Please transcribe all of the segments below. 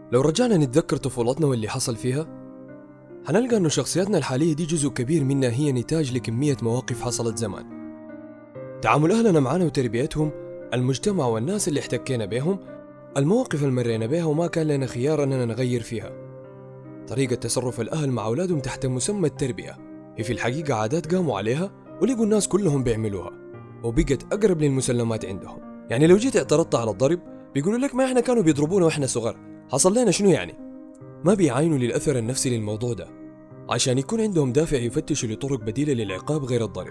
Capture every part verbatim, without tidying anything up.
لو رجعنا نتذكر طفولتنا واللي حصل فيها، حنلقى أنه شخصياتنا الحالية دي جزء كبير منها هي نتاج لكمية مواقف حصلت زمان. تعامل أهلنا معنا وتربيتهم، المجتمع والناس اللي احتكينا بهم، المواقف اللي مرينا بها وما كان لنا خيار أننا نغير فيها. طريقة تصرف الأهل مع أولادهم تحت مسمى التربية هي في الحقيقة عادات قاموا عليها ولقوا الناس كلهم بيعملوها وبقت أقرب للمسلمات عندهم. يعني لو جيت اعترضت على الضرب بيقولوا لك ما إحنا كانوا بيضربونا وإحنا صغار، حصل لنا شنو يعني؟ ما بيعاينوا للأثر النفسي للموضوع ده عشان يكون عندهم دافع يفتشوا لطرق بديلة للعقاب غير الضرب.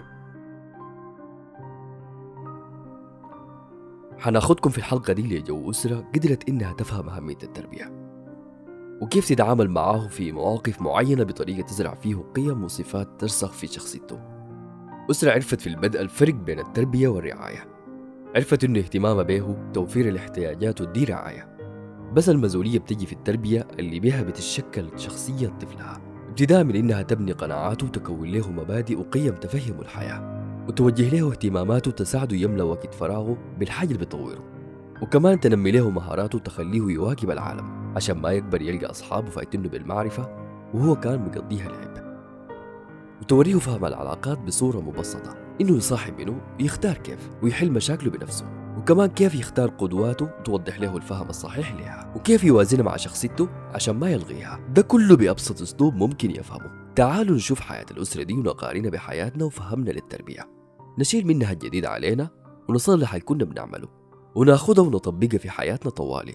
حناخدكم في الحلقة دي لجو أسرة قدرت إنها تفهم أهمية التربية وكيف تتعامل معاه في مواقف معينة بطريقة تزرع فيه قيم وصفات ترسخ في شخصيته. أسرة عرفت في البدء الفرق بين التربية والرعاية، عرفت إنه اهتمام به توفير الاحتياجات ودي رعاية، بس المسؤولية بتجي في التربية اللي بها بتتشكل شخصية طفلها، ابتداء من إنها تبني قناعاته وتكون له مبادئ وقيم تفهم الحياة وتوجه له اهتماماته تساعده يملى وقت فراغه بالحاجة اللي بتطوره، وكمان تنمي له مهاراته وتخليه يواكب العالم عشان ما يكبر يلقى أصحابه فايتنه بالمعرفة وهو كان مقضيها لعب، وتوريه فهم العلاقات بصورة مبسطة، إنه يصاحب منه ويختار كيف ويحل مشاكله بنفسه، وكمان كيف يختار قدواته وتوضح له الفهم الصحيح لها وكيف يوازنها مع شخصيته عشان ما يلغيها. ده كله بأبسط أسلوب ممكن يفهمه. تعالوا نشوف حياة الأسرة دي ونقارنها بحياتنا وفهمنا للتربية، نشيل منها الجديد علينا ونصلح اللي كنا بنعمله وناخدها ونطبقها في حياتنا طوالي.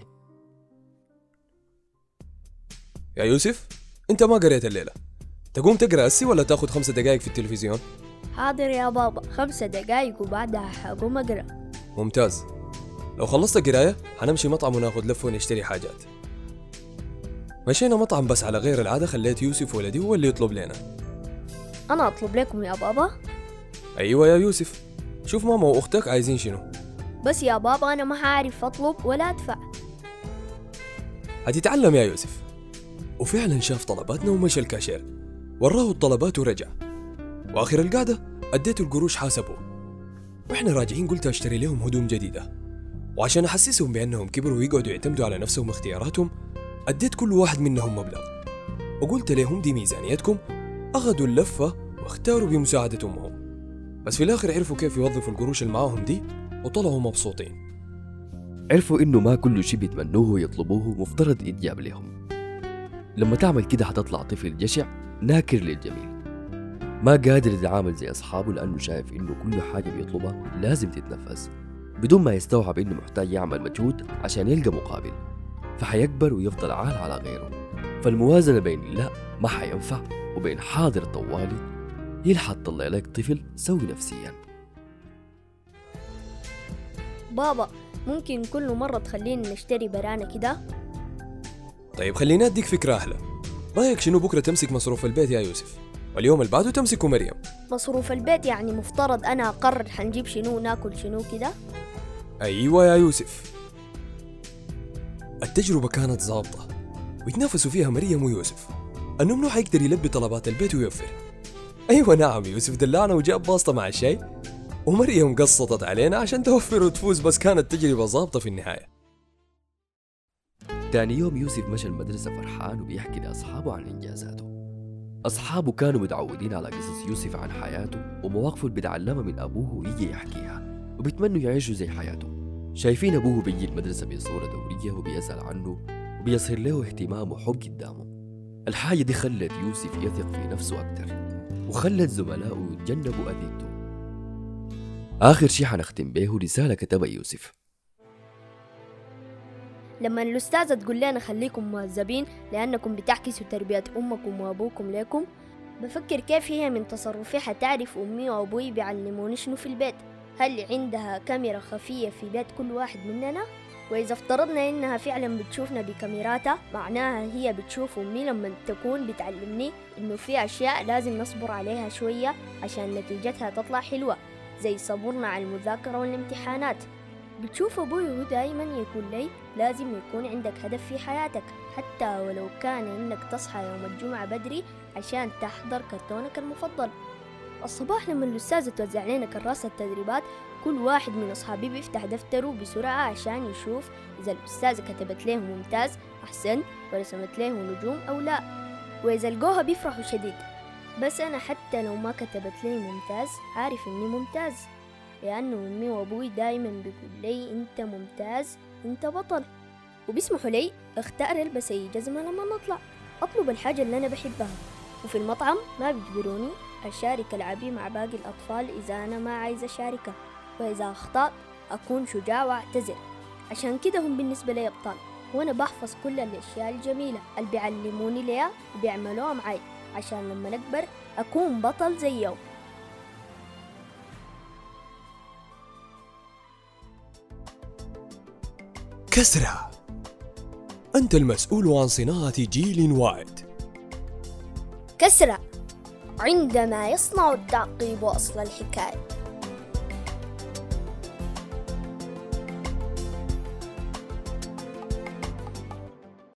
يا يوسف، انت ما قريت الليلة، تقوم تقرأ أسي ولا تاخد خمسة دقائق في التلفزيون؟ حاضر يا بابا، خمسة دقائق وبعدها حقوم أقرأ. ممتاز. لو خلصت قراية حنمشي مطعم وناخد لفة ونشتري حاجات. مشينا مطعم بس على غير العادة خليت يوسف ولدي هو اللي يطلب لنا. أنا أطلب لكم يا بابا؟ أيوة يا يوسف، شوف ماما وأختك عايزين شنو. بس يا بابا أنا ما عارف أطلب ولا أدفع. هتتعلم يا يوسف. وفعلا شاف طلباتنا ومشى الكاشير وراه الطلبات ورجع، وآخر القعدة أديته القروش حاسبه. وإحنا راجعين قلت أشتري لهم هدوم جديدة، وعشان أحسسهم بأنهم كبروا ويقعدوا يعتمدوا على نفسهم واختياراتهم أديت كل واحد منهم مبلغ وقلت لهم دي ميزانيتكم. أخذوا اللفة واختاروا بمساعدة أمهم، بس في الآخر عرفوا كيف يوظفوا القروش اللي معاهم دي وطلعوا مبسوطين. عرفوا إنه ما كل شيء بيتمنوه ويطلبوه مفترض يتجاب لهم. لما تعمل كده حتطلع طفل جشع ناكر للجميل، ما قادر يتعامل زي أصحابه لأنه شايف إنه كل حاجة بيطلبها لازم تتنفذ بدون ما يستوعب إنه محتاج يعمل مجهود عشان يلقى مقابل، فحيكبر ويفضل عال على غيره. فالموازنة بين لا ما حينفع وبين حاضر طوالي يلحق تطلع لك طفل سوي نفسيا. بابا ممكن كل مرة تخليني نشتري برانا كده؟ طيب خلينا أديك فكرة أحلى. رأيك شنو بكرة تمسك مصروف البيت يا يوسف، واليوم اللي بعده تمسكه مريم؟ مصروف البيت يعني مفترض أنا أقرر حنجيب شنو وناكل شنو كده؟ أيوة يا يوسف. التجربة كانت ظابطة ويتنافسوا فيها مريم ويوسف أنه منو حيقدر يلبي طلبات البيت ويوفر. أيوة نعم، يوسف دلعنا وجاب باسطة مع الشاي ومريم قسطت علينا عشان توفر وتفوز، بس كانت تجربة ظابطة في النهاية. تاني يوم يوسف مشى المدرسة فرحان وبيحكي لأصحابه عن إنجازاته. أصحابه كانوا متعودين على قصص يوسف عن حياته ومواقفه اللي بيتعلمها من أبوه ويجي يحكيها، وبيتمنوا يعيشوا زي حياته. شايفين أبوه بيجي المدرسة بصورة دورية وبيسأل عنه وبيظهر له اهتمام وحب قدامه. الحاجة دي خلت يوسف يثق في نفسه أكتر وخلت زملائه يتجنبوا أذيته. آخر شي حنختم به رسالة كتبها يوسف. لما الأستاذة تقول لنا خليكم مهذبين لأنكم بتعكسوا تربية أمكم وأبوكم لكم، بفكر كيف هي من تصرفي حتعرف أمي وأبوي بيعلموني شنو في البيت. هل عندها كاميرا خفية في بيت كل واحد مننا؟ وإذا افترضنا إنها فعلا بتشوفنا بكاميراتها، معناها هي بتشوف أمي لما تكون بتعلمني إنه في أشياء لازم نصبر عليها شوية عشان نتيجتها تطلع حلوة، زي صبرنا على المذاكرة والامتحانات. بتشوف أبوي هو دايما يقول لي لازم يكون عندك هدف في حياتك، حتى ولو كان إنك تصحى يوم الجمعة بدري عشان تحضر كرتونك المفضل. الصباح لما الأستاذة توزع لنا كراسة التدريبات، كل واحد من أصحابي بيفتح دفتره بسرعة عشان يشوف إذا الأستاذة كتبت له ممتاز أحسنت ورسمت لهم نجوم أو لا، وإذا لقوها بيفرحوا شديد. بس أنا حتى لو ما كتبت لي ممتاز عارف إني ممتاز، لأنه أمي وأبوي دايما بيقول لي أنت ممتاز أنت بطل، وبيسمحوا لي اختار البس أي جزمة لما نطلع، أطلب الحاجة اللي أنا بحبها. وفي المطعم ما بيجبروني أشارك ألعابي مع باقي الأطفال إذا أنا ما عايزة أشاركها، وإذا أخطأت أكون شجاع وأعتذر. عشان كده هم بالنسبة لي أبطال، وأنا بحفظ كل الأشياء الجميلة اللي بيعلموني ليها وبيعملوها معي، عشان لما نكبر أكون بطل زيهم. كسرى، أنت المسؤول عن صناعة جيل واعد. كسرى، عندما يصنع التعقيب أصل الحكاية.